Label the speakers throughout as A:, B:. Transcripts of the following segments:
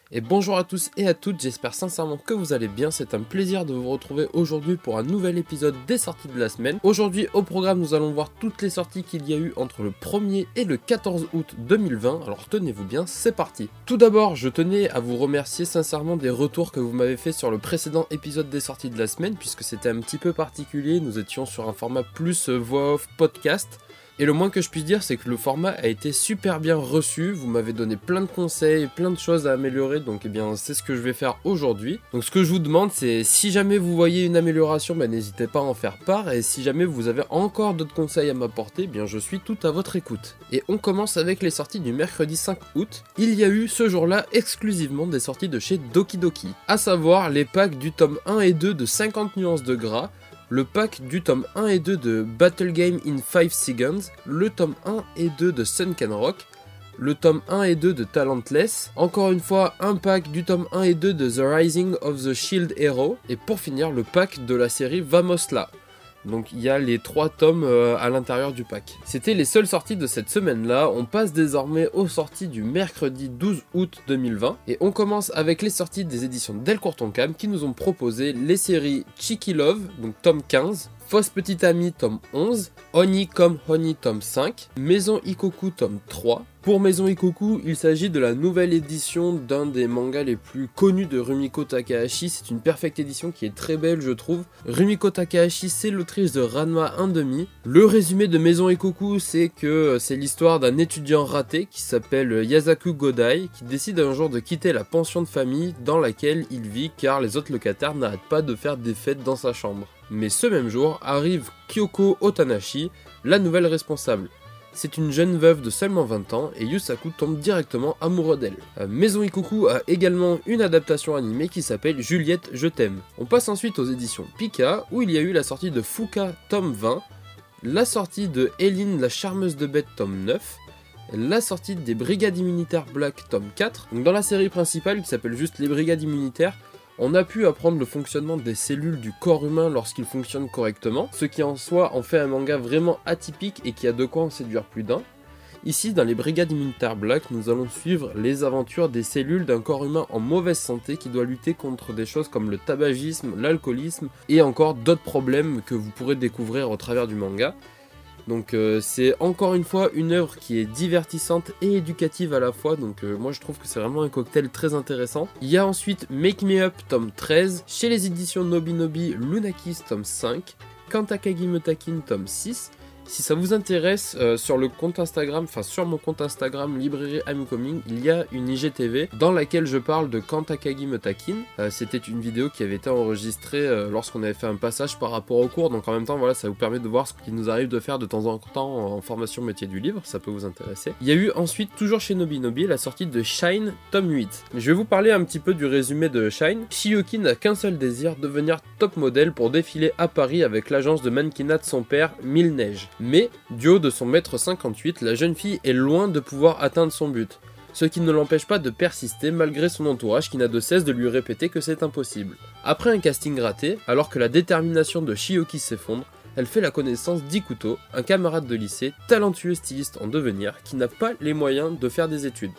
A: Et bonjour à tous et à toutes, j'espère sincèrement que vous allez bien, c'est un plaisir de vous retrouver aujourd'hui pour un nouvel épisode des sorties de la semaine. Aujourd'hui au programme nous allons voir toutes les sorties qu'il y a eu entre le 1er et le 14 août 2020, alors tenez-vous bien, c'est parti. Tout d'abord je tenais à vous remercier sincèrement des retours que vous m'avez fait sur le précédent épisode des sorties de la semaine, puisque c'était un petit peu particulier, nous étions sur un format plus voix off podcast. Et le moins que je puisse dire, c'est que le format a été super bien reçu, vous m'avez donné plein de conseils, plein de choses à améliorer, donc c'est ce que je vais faire aujourd'hui. Donc ce que je vous demande, c'est si jamais vous voyez une amélioration, n'hésitez pas à en faire part, et si jamais vous avez encore d'autres conseils à m'apporter, je suis tout à votre écoute. Et on commence avec les sorties du mercredi 5 août. Il y a eu ce jour-là exclusivement des sorties de chez Doki Doki, à savoir les packs du tome 1 et 2 de 50 nuances de gras, le pack du tome 1 et 2 de Battle Game in 5 Seconds, le tome 1 et 2 de Sunken Rock, le tome 1 et 2 de Talentless, encore une fois un pack du tome 1 et 2 de The Rising of the Shield Hero, et pour finir le pack de la série Vamos là. Donc il y a les 3 tomes à l'intérieur du pack. C'était les seules sorties de cette semaine-là. On passe désormais aux sorties du mercredi 12 août 2020. Et on commence avec les sorties des éditions Delcourt Tonkam qui nous ont proposé les séries Cheeky Love, donc tome 15, Fausse Petite Amie tome 11, Honey Come Honey tome 5, Maison Ikoku tome 3. Pour Maison Ikoku, il s'agit de la nouvelle édition d'un des mangas les plus connus de Rumiko Takahashi. C'est une perfecte édition qui est très belle, je trouve. Rumiko Takahashi, c'est l'autrice de Ranma 1/2. Le résumé de Maison Ikoku, c'est que c'est l'histoire d'un étudiant raté qui s'appelle Yasaku Godai, qui décide un jour de quitter la pension de famille dans laquelle il vit car les autres locataires n'arrêtent pas de faire des fêtes dans sa chambre. Mais ce même jour arrive Kyoko Otanashi, la nouvelle responsable. C'est une jeune veuve de seulement 20 ans et Yusaku tombe directement amoureux d'elle. Maison Ikoku a également une adaptation animée qui s'appelle Juliette, je t'aime. On passe ensuite aux éditions Pika où il y a eu la sortie de Fuka tome 20, la sortie de Eileen la charmeuse de bête tome 9, la sortie des Brigades immunitaires Black tome 4. Donc dans la série principale qui s'appelle juste les Brigades immunitaires, on a pu apprendre le fonctionnement des cellules du corps humain lorsqu'il fonctionne correctement, ce qui en soi en fait un manga vraiment atypique et qui a de quoi en séduire plus d'un. Ici, dans les Brigades immunitaires Black, nous allons suivre les aventures des cellules d'un corps humain en mauvaise santé qui doit lutter contre des choses comme le tabagisme, l'alcoolisme et encore d'autres problèmes que vous pourrez découvrir au travers du manga. Donc c'est encore une fois une œuvre qui est divertissante et éducative à la fois, donc moi je trouve que c'est vraiment un cocktail très intéressant. Il y a ensuite Make Me Up tome 13, chez les éditions Nobinobi Lunakis tome 5, Kantakagi Metakin tome 6. Si ça vous intéresse, sur le compte Instagram, sur mon compte Instagram Librairie Amicoming, il y a une IGTV dans laquelle je parle de Kantakagi Metakin. C'était une vidéo qui avait été enregistrée lorsqu'on avait fait un passage par rapport au cours, donc en même temps voilà, ça vous permet de voir ce qu'il nous arrive de faire de temps en temps en formation métier du livre, ça peut vous intéresser. Il y a eu ensuite, toujours chez Nobinobi, la sortie de Shine tome 8. Je vais vous parler un petit peu du résumé de Shine. Shiyoki n'a qu'un seul désir, devenir top modèle pour défiler à Paris avec l'agence de mannequinat de son père, Mille Neige. Mais, du haut de son mètre 58, la jeune fille est loin de pouvoir atteindre son but, ce qui ne l'empêche pas de persister malgré son entourage qui n'a de cesse de lui répéter que c'est impossible. Après un casting raté, alors que la détermination de Shiyoki s'effondre, elle fait la connaissance d'Ikuto, un camarade de lycée, talentueux styliste en devenir, qui n'a pas les moyens de faire des études.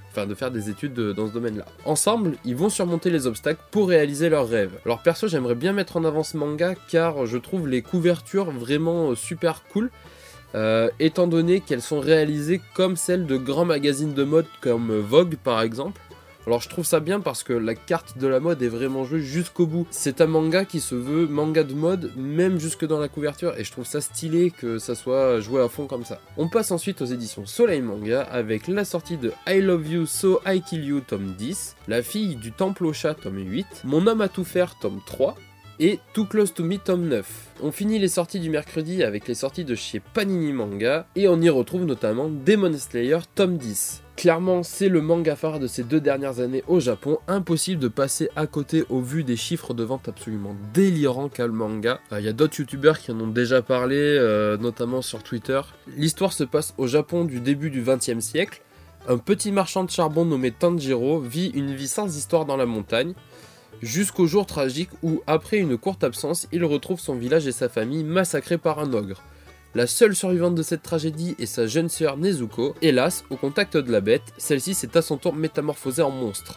A: Dans ce domaine-là. Ensemble, ils vont surmonter les obstacles pour réaliser leurs rêves. Alors perso, j'aimerais bien mettre en avant ce manga car je trouve les couvertures vraiment super cool, étant donné qu'elles sont réalisées comme celles de grands magazines de mode comme Vogue par exemple. Alors je trouve ça bien parce que la carte de la mode est vraiment jouée jusqu'au bout. C'est un manga qui se veut manga de mode, même jusque dans la couverture, et je trouve ça stylé que ça soit joué à fond comme ça. On passe ensuite aux éditions Soleil Manga avec la sortie de I Love You So I Kill You tome 10, La fille du temple au chat tome 8, Mon homme à tout faire tome 3, et Too Close to Me tome 9. On finit les sorties du mercredi avec les sorties de chez Panini Manga, et on y retrouve notamment Demon Slayer tome 10. Clairement, c'est le manga phare de ces 2 dernières années au Japon, impossible de passer à côté au vu des chiffres de vente absolument délirants qu'a le manga. Il y a d'autres youtubeurs qui en ont déjà parlé, notamment sur Twitter. L'histoire se passe au Japon du début du XXe siècle. Un petit marchand de charbon nommé Tanjiro vit une vie sans histoire dans la montagne, jusqu'au jour tragique où, après une courte absence, il retrouve son village et sa famille massacrés par un ogre. La seule survivante de cette tragédie est sa jeune sœur Nezuko. Hélas, au contact de la bête, celle-ci s'est à son tour métamorphosée en monstre.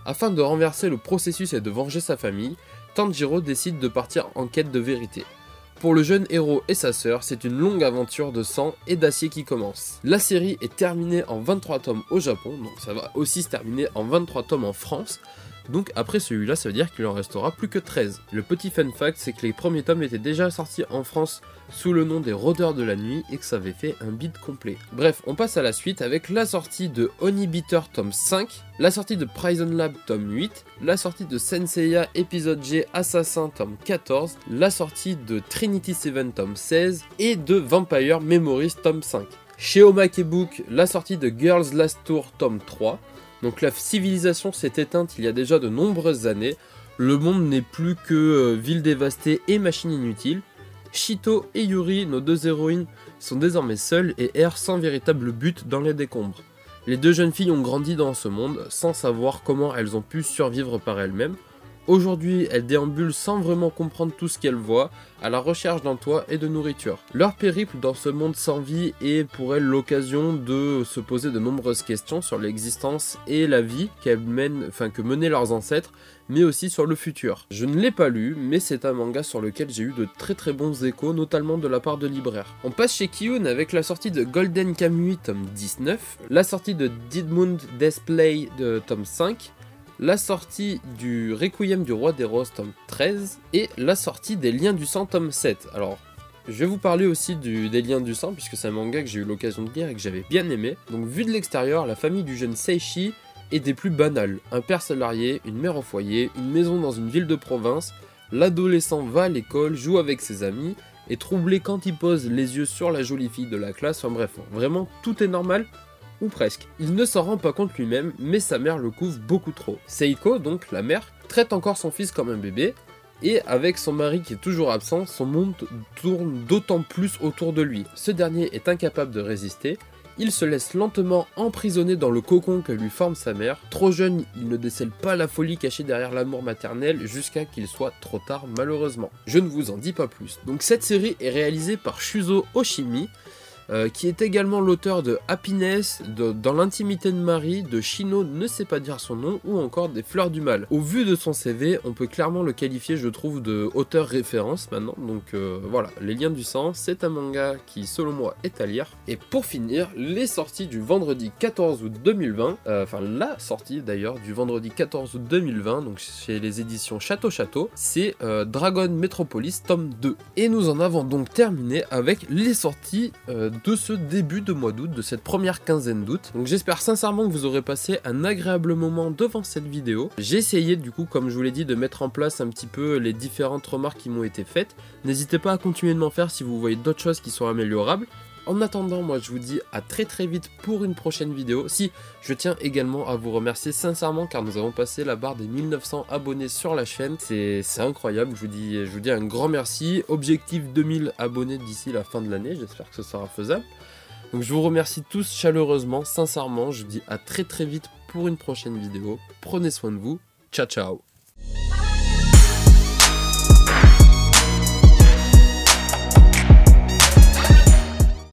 A: Afin de renverser le processus et de venger sa famille, Tanjiro décide de partir en quête de vérité. Pour le jeune héros et sa sœur, c'est une longue aventure de sang et d'acier qui commence. La série est terminée en 23 tomes au Japon, donc ça va aussi se terminer en 23 tomes en France. Donc après celui-là, ça veut dire qu'il en restera plus que 13. Le petit fun fact, c'est que les premiers tomes étaient déjà sortis en France sous le nom des Rôdeurs de la Nuit et que ça avait fait un bid complet. Bref, on passe à la suite avec la sortie de Honey Bitter tome 5, la sortie de Prison Lab tome 8, la sortie de Senseiya épisode G Assassin tome 14, la sortie de Trinity Seven tome 16 et de Vampire Memories tome 5. Chez Omake Book, la sortie de Girls Last Tour tome 3. Donc la civilisation s'est éteinte il y a déjà de nombreuses années, le monde n'est plus que ville dévastée et machine inutile. Shito et Yuri, nos deux héroïnes, sont désormais seules et errent sans véritable but dans les décombres. Les deux jeunes filles ont grandi dans ce monde sans savoir comment elles ont pu survivre par elles-mêmes. Aujourd'hui, elles déambulent sans vraiment comprendre tout ce qu'elles voient, à la recherche d'un toit et de nourriture. Leur périple dans ce monde sans vie est pour elles l'occasion de se poser de nombreuses questions sur l'existence et la vie que menaient leurs ancêtres, mais aussi sur le futur. Je ne l'ai pas lu, mais c'est un manga sur lequel j'ai eu de très bons échos, notamment de la part de libraires. On passe chez Kiyun avec la sortie de Golden Kamuy tome 19, la sortie de Deadmund Display de tome 5, la sortie du Requiem du Roi des Roses tome 13 et la sortie des Liens du Sang tome 7. Alors, je vais vous parler aussi des Liens du Sang puisque c'est un manga que j'ai eu l'occasion de lire et que j'avais bien aimé. Donc vu de l'extérieur, la famille du jeune Seishi est des plus banales. Un père salarié, une mère au foyer, une maison dans une ville de province. L'adolescent va à l'école, joue avec ses amis, est troublé quand il pose les yeux sur la jolie fille de la classe. Enfin bref, vraiment tout est normal. Ou presque. Il ne s'en rend pas compte lui-même, mais sa mère le couvre beaucoup trop. Seiko, donc la mère, traite encore son fils comme un bébé, et avec son mari qui est toujours absent, son monde tourne d'autant plus autour de lui. Ce dernier est incapable de résister, il se laisse lentement emprisonner dans le cocon que lui forme sa mère. Trop jeune, il ne décèle pas la folie cachée derrière l'amour maternel jusqu'à qu'il soit trop tard malheureusement. Je ne vous en dis pas plus. Donc cette série est réalisée par Shuzo Oshimi, qui est également l'auteur de Happiness, Dans l'intimité de Marie, de Shino ne sait pas dire son nom, ou encore des Fleurs du Mal. Au vu de son CV, on peut clairement le qualifier, je trouve, de auteur référence maintenant. Donc voilà, Les Liens du Sang, c'est un manga qui, selon moi, est à lire. Et pour finir, les sorties du vendredi 14 août 2020, la sortie d'ailleurs du vendredi 14 août 2020, donc chez les éditions Château, c'est Dragon Metropolis tome 2. Et nous en avons donc terminé avec les sorties de ce début de mois d'août, de cette première quinzaine d'août. Donc j'espère sincèrement que vous aurez passé un agréable moment devant cette vidéo. J'ai essayé du coup, comme je vous l'ai dit, de mettre en place un petit peu les différentes remarques qui m'ont été faites. N'hésitez pas à continuer de m'en faire si vous voyez d'autres choses qui sont améliorables. En attendant, moi je vous dis à très vite pour une prochaine vidéo. Si, je tiens également à vous remercier sincèrement car nous avons passé la barre des 1900 abonnés sur la chaîne. C'est incroyable, je vous dis un grand merci. Objectif 2000 abonnés d'ici la fin de l'année, j'espère que ce sera faisable. Donc je vous remercie tous chaleureusement, sincèrement, je vous dis à très vite pour une prochaine vidéo. Prenez soin de vous, ciao ciao.